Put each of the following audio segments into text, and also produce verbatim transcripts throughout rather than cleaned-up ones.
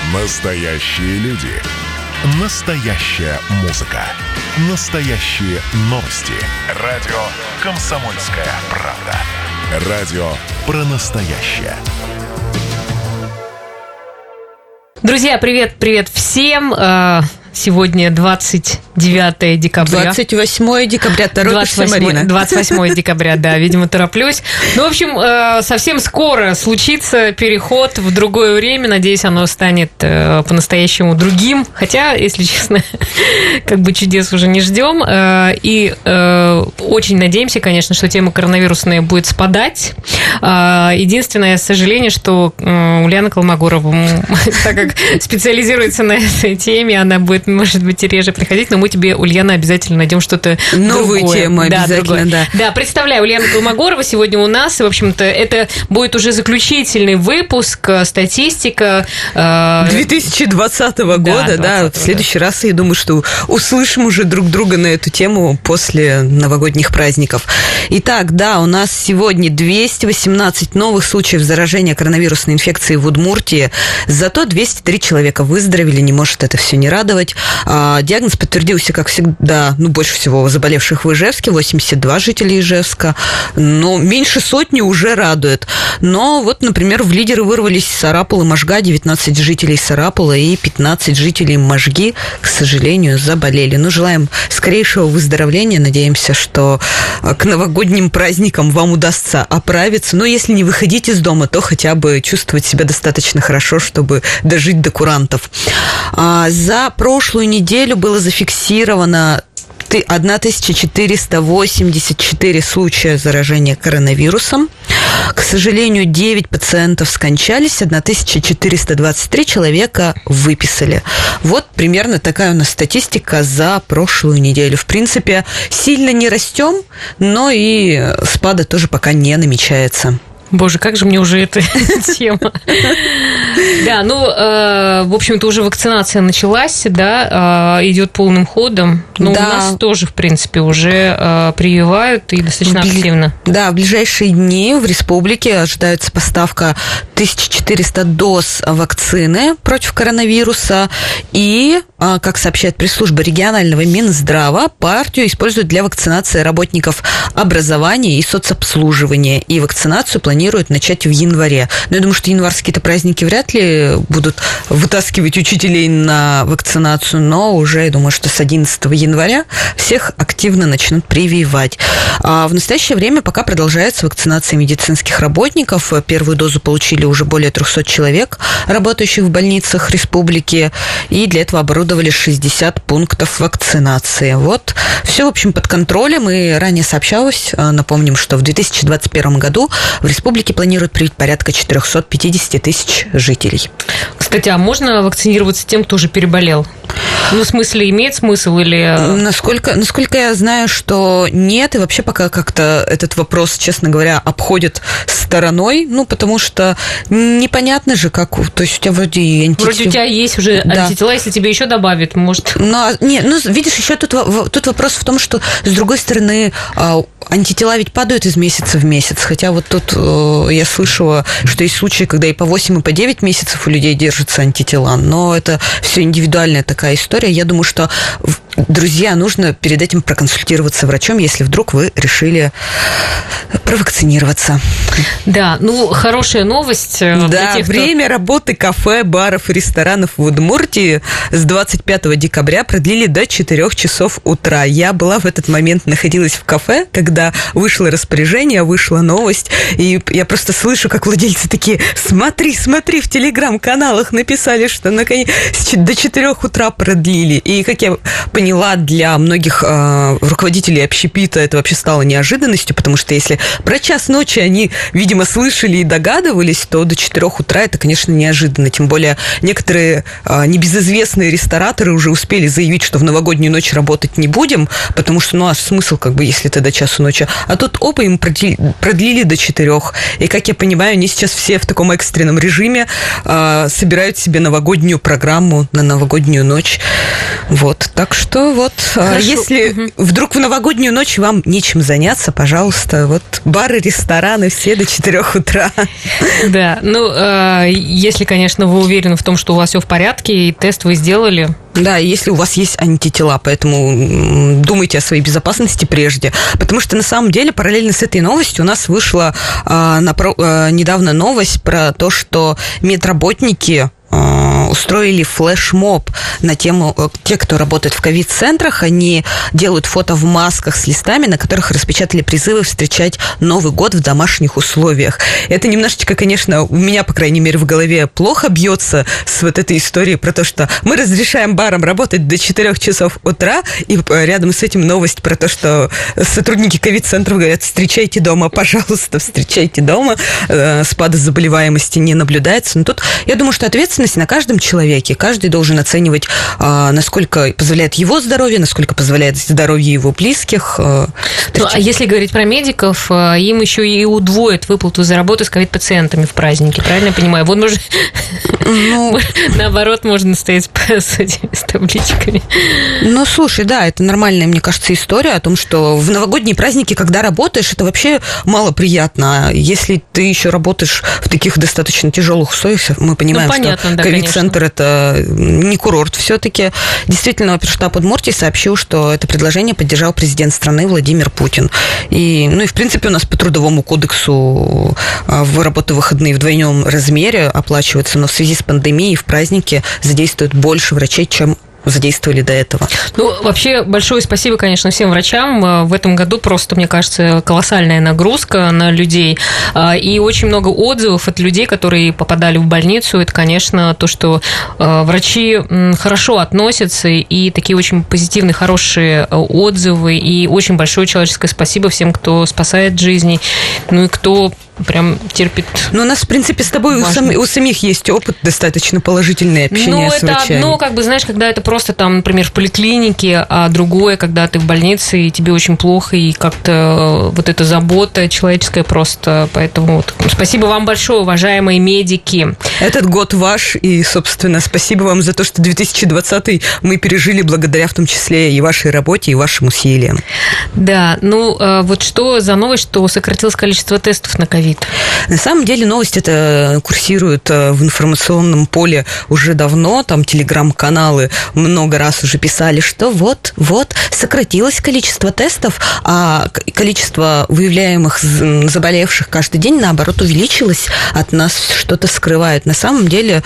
Настоящие люди. Настоящая музыка. Настоящие новости. Радио «Комсомольская правда». Радио про настоящее. Друзья, привет, привет всем. Сегодня двадцать девятое декабря. двадцать восьмое декабря, торопишься, Марина. двадцать восьмое декабря, да, видимо, тороплюсь. Ну, в общем, совсем скоро случится переход в другое время. Надеюсь, оно станет по-настоящему другим. Хотя, если честно, как бы чудес уже не ждем. И очень надеемся, конечно, что тема коронавирусная будет спадать. Единственное сожаление, что Ульяна Колмогорова, так как специализируется на этой теме, она будет, может быть, и реже приходить, но мы тебе, Ульяна, обязательно найдем что-то новую другое. тему обязательно, да, да. Да, представляю, Ульяна Колмогорова сегодня у нас, и, в общем-то, это будет уже заключительный выпуск, статистика. две тысячи двадцатого года, да, да, в следующий да. раз, я думаю, что услышим уже друг друга на эту тему после новогодних праздников. Итак, да, у нас сегодня двести восемнадцать новых случаев заражения коронавирусной инфекцией в Удмуртии, зато двести три человека выздоровели, не может это все не радовать. Диагноз подтвердился, как всегда, ну, больше всего заболевших в Ижевске, восемьдесят два жителя Ижевска, но меньше сотни уже радует. Но вот, например, в лидеры вырвались Сарапул и Можга, девятнадцать жителей Сарапула и пятнадцать жителей Можги, к сожалению, заболели. Ну, желаем скорейшего выздоровления, надеемся, что к новогодним праздникам вам удастся оправиться. Но если не выходить из дома, то хотя бы чувствовать себя достаточно хорошо, чтобы дожить до курантов. За прошлую неделю было зафиксировано тысяча четыреста восемьдесят четыре случая заражения коронавирусом. К сожалению, девять пациентов скончались, тысяча четыреста двадцать три человека выписали. Вот примерно такая у нас статистика за прошлую неделю. В принципе, сильно не растем, но и спада тоже пока не намечается. Боже, как же мне уже эта тема. Да, ну, э, в общем-то, уже вакцинация началась, да, э, идет полным ходом. Но да. У нас тоже, в принципе, уже э, прививают и достаточно Бли... активно. Да, в ближайшие дни в республике ожидается поставка тысяча четыреста доз вакцины против коронавируса. И, э, как сообщает пресс-служба регионального Минздрава, партию используют для вакцинации работников образования и соцобслуживания. И вакцинацию планируют планируют начать в январе. Но я думаю, что январские-то праздники вряд ли будут вытаскивать учителей на вакцинацию, но уже, я думаю, что с одиннадцатого января всех активно начнут прививать. А в настоящее время пока продолжается вакцинация медицинских работников. Первую дозу получили уже более триста человек, работающих в больницах республики, и для этого оборудовали шестьдесят пунктов вакцинации. Вот. Все, в общем, под контролем, и ранее сообщалось, напомним, что в две тысячи двадцать первом году в республике Республики планируют привить порядка четыреста пятьдесят тысяч жителей. Кстати, а можно вакцинироваться тем, кто уже переболел? Ну, в смысле, имеет смысл или... Насколько, насколько я знаю, что нет, и вообще пока как-то этот вопрос, честно говоря, обходит стороной, ну, потому что непонятно же, как... То есть у тебя вроде и антитела... Вроде у тебя есть уже да. антитела, если тебе еще добавят, может... Но, нет, ну, видишь, еще тут, тут вопрос в том, что, с другой стороны, антитела ведь падают из месяца в месяц, хотя вот тут я слышала, что есть случаи, когда и по восемь, и по девять месяцев у людей держатся антитела, но это все индивидуальная такая история. Я думаю, что, друзья, нужно перед этим проконсультироваться врачом, если вдруг вы решили провакцинироваться. Да, ну, хорошая новость. Да, тех, время кто... работы кафе, баров и ресторанов в Удмуртии с двадцать пятого декабря продлили до четырёх часов утра. Я была в этот момент, находилась в кафе, когда вышло распоряжение, вышла новость, и я просто слышу, как владельцы такие: смотри, смотри, в телеграм-каналах написали, что наконец до четырёх утра продлили. И, как я поняла, для многих э, руководителей общепита это вообще стало неожиданностью, потому что если про час ночи они, видимо, слышали и догадывались, то до четырёх утра это, конечно, неожиданно. Тем более некоторые э, небезызвестные рестораторы уже успели заявить, что в новогоднюю ночь работать не будем, потому что, ну, а смысл, как бы, если ты до часу ночи. А тут оба им продлили, продлили до четырех. И, как я понимаю, они сейчас все в таком экстренном режиме э, собирают себе новогоднюю программу на новогоднюю ночь. Вот, так что что вот, Хорошо. если угу. вдруг в новогоднюю ночь вам нечем заняться, пожалуйста, вот бары, рестораны все до четырех утра. Да, ну, если, конечно, вы уверены в том, что у вас все в порядке, и тест вы сделали. Да, если у вас есть антитела, поэтому думайте о своей безопасности прежде. Потому что, на самом деле, параллельно с этой новостью у нас вышла а, на, а, недавно новость про то, что медработники устроили флешмоб на тему, те, кто работает в ковид-центрах, они делают фото в масках с листами, на которых распечатали призывы встречать Новый год в домашних условиях. Это немножечко, конечно, у меня, по крайней мере, в голове плохо бьется с вот этой историей про то, что мы разрешаем барам работать до четырех часов утра, и рядом с этим новость про то, что сотрудники ковид-центров говорят, встречайте дома, пожалуйста, встречайте дома, спада заболеваемости не наблюдается. Но тут, я думаю, что ответственность на каждом человеке. Каждый должен оценивать, насколько позволяет его здоровье, насколько позволяет здоровье его близких. Ну, а если говорить про медиков, им еще и удвоят выплату за работу с ковид-пациентами в праздники, правильно я понимаю? Вот можно... Ну, наоборот, можно стоять с этими с табличками. Ну, слушай, да, это нормальная, мне кажется, история о том, что в новогодние праздники, когда работаешь, это вообще мало приятно. Если ты еще работаешь в таких достаточно тяжелых условиях, мы понимаем, ну, понятно, что да, ковид-центр – это не курорт все-таки. Действительно, оперштаб Удмуртии сообщил, что это предложение поддержал президент страны Владимир Путин. И, ну и, в принципе, у нас по Трудовому кодексу в работы выходные в двойном размере оплачиваются, но в связи с пандемией в праздники задействуют больше врачей, чем задействовали до этого. Ну, вообще, большое спасибо, конечно, всем врачам. В этом году просто, мне кажется, колоссальная нагрузка на людей. И очень много отзывов от людей, которые попадали в больницу. Это, конечно, то, что врачи хорошо относятся, и такие очень позитивные, хорошие отзывы. И очень большое человеческое спасибо всем, кто спасает жизни, ну и кто прям терпит. Ну, у нас, в принципе, с тобой у, сам, у самих есть опыт достаточно положительное общение ну, с врачами. Ну, это одно, как бы, знаешь, когда это просто там, например, в поликлинике, а другое, когда ты в больнице, и тебе очень плохо, и как-то вот эта забота человеческая просто. Поэтому вот, спасибо вам большое, уважаемые медики. Этот год ваш, и, собственно, спасибо вам за то, что две тысячи двадцатый мы пережили благодаря в том числе и вашей работе, и вашим усилиям. Да, ну, вот что за новость, что сократилось количество тестов на ковид? На самом деле новость эта курсирует в информационном поле уже давно, там телеграм-каналы много раз уже писали, что вот, вот, сократилось количество тестов, а количество выявляемых заболевших каждый день, наоборот, увеличилось, от нас что-то скрывают. На самом деле...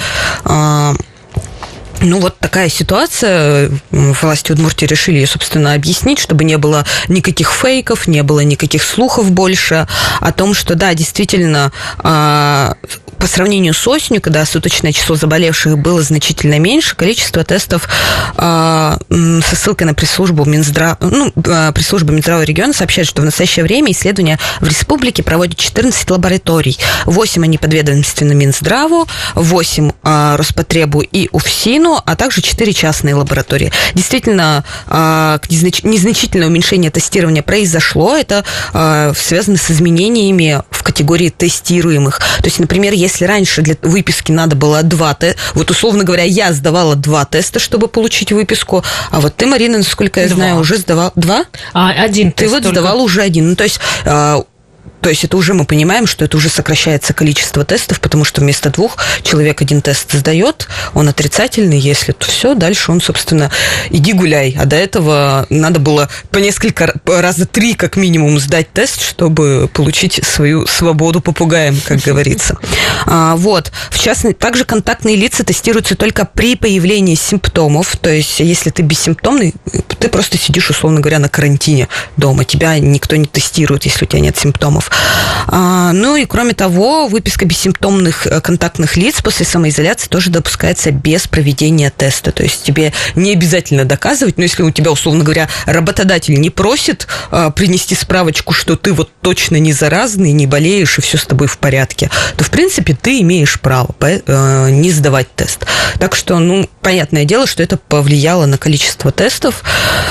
Ну, вот такая ситуация. Власти Удмуртии решили ее, собственно, объяснить, чтобы не было никаких фейков, не было никаких слухов больше о том, что, да, действительно, по сравнению с осенью, когда суточное число заболевших было значительно меньше, количество тестов со ссылкой на пресс-службу Минздрава, ну, пресс-служба Минздрава региона сообщает, что в настоящее время исследования в республике проводят четырнадцать лабораторий. восемь они подведомственны Минздраву, восемь Роспотребу и УФСИНу, а также четыре частные лаборатории. Действительно, незначительное уменьшение тестирования произошло. Это связано с изменениями в категории тестируемых. То есть, например, если раньше для выписки надо было два теста, вот условно говоря, я сдавала два теста, чтобы получить выписку, а вот ты, Марина, насколько я два. знаю, уже сдавала... Два? А, один тест. Ты вот только... сдавала уже один. Ну, то есть... То есть это уже мы понимаем, что это уже сокращается количество тестов, потому что вместо двух человек один тест сдает, он отрицательный, если то все, дальше он, собственно, иди гуляй. А до этого надо было по несколько, раза три как минимум сдать тест, чтобы получить свою свободу попугаем, как говорится. А, вот. В частности, также контактные лица тестируются только при появлении симптомов. То есть если ты бессимптомный, ты просто сидишь, условно говоря, на карантине дома. Тебя никто не тестирует, если у тебя нет симптомов. А, ну и кроме того, выписка бессимптомных контактных лиц после самоизоляции тоже допускается без проведения теста. То есть тебе не обязательно доказывать, но если у тебя, условно говоря, работодатель не просит а, принести справочку, что ты вот точно не заразный, не болеешь и все с тобой в порядке, то в принципе ты имеешь право по, а, не сдавать тест. Так что, ну, понятное дело, что это повлияло на количество тестов.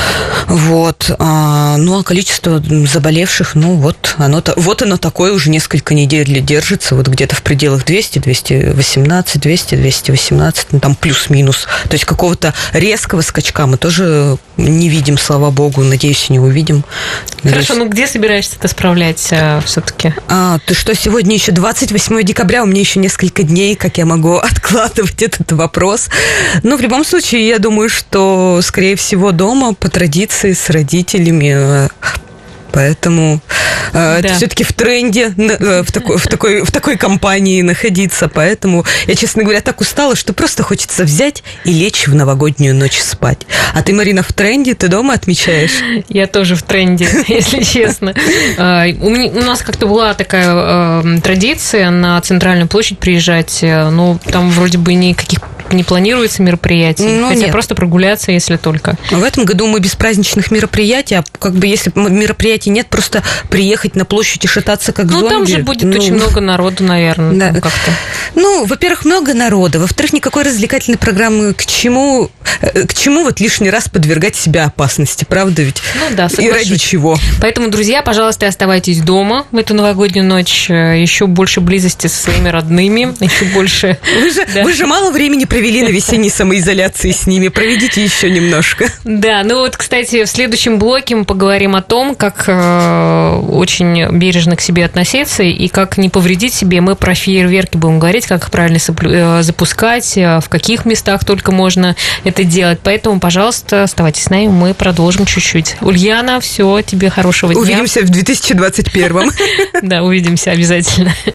Вот. Ну, а количество заболевших, ну, вот оно, вот оно такое уже несколько недель держится, вот где-то в пределах двести, двести восемнадцать, двести, двести восемнадцать, ну, там плюс-минус. То есть какого-то резкого скачка мы тоже не видим, слава богу, надеюсь, не увидим. Надеюсь. Хорошо, ну где собираешься это справлять а, все-таки? А, ты что, сегодня еще двадцать восьмое декабря, у меня еще несколько дней, как я могу откладывать этот вопрос. Но в любом случае, я думаю, что, скорее всего, дома по традиции с родителями. Поэтому э, да. это все-таки в тренде э, в, такой, в, такой, в такой компании находиться. Поэтому я, честно говоря, так устала, что просто хочется взять и лечь в новогоднюю ночь спать. А ты, Марина, в тренде? Ты дома отмечаешь? Я тоже в тренде, если честно. У нас как-то была такая традиция на Центральную площадь приезжать. Ну, там вроде бы никаких не планируется мероприятий, ну, хотя нет. просто прогуляться, если только. В этом году мы без праздничных мероприятий, а как бы если мероприятий нет, просто приехать на площадь и шататься как ну, зомби. Ну, там же будет ну, очень много народу, наверное, да. там как-то. Ну, во-первых, много народа, во-вторых, никакой развлекательной программы к чему, к чему вот лишний раз подвергать себя опасности, правда ведь? Ну да, соглашусь. И ради чего? Поэтому, друзья, пожалуйста, оставайтесь дома в эту новогоднюю ночь, еще больше близости со своими родными, еще больше... Вы же, да. вы же мало времени провели на весенней самоизоляции с ними. Проведите еще немножко. Да, ну вот, кстати, в следующем блоке мы поговорим о том, как э, очень бережно к себе относиться и как не повредить себе. Мы про фейерверки будем говорить, как их правильно соплю, э, запускать, э, в каких местах только можно это делать. Поэтому, пожалуйста, оставайтесь с нами, мы продолжим чуть-чуть. Ульяна, все, тебе хорошего дня. Увидимся в две тысячи двадцать первом. Да, увидимся обязательно.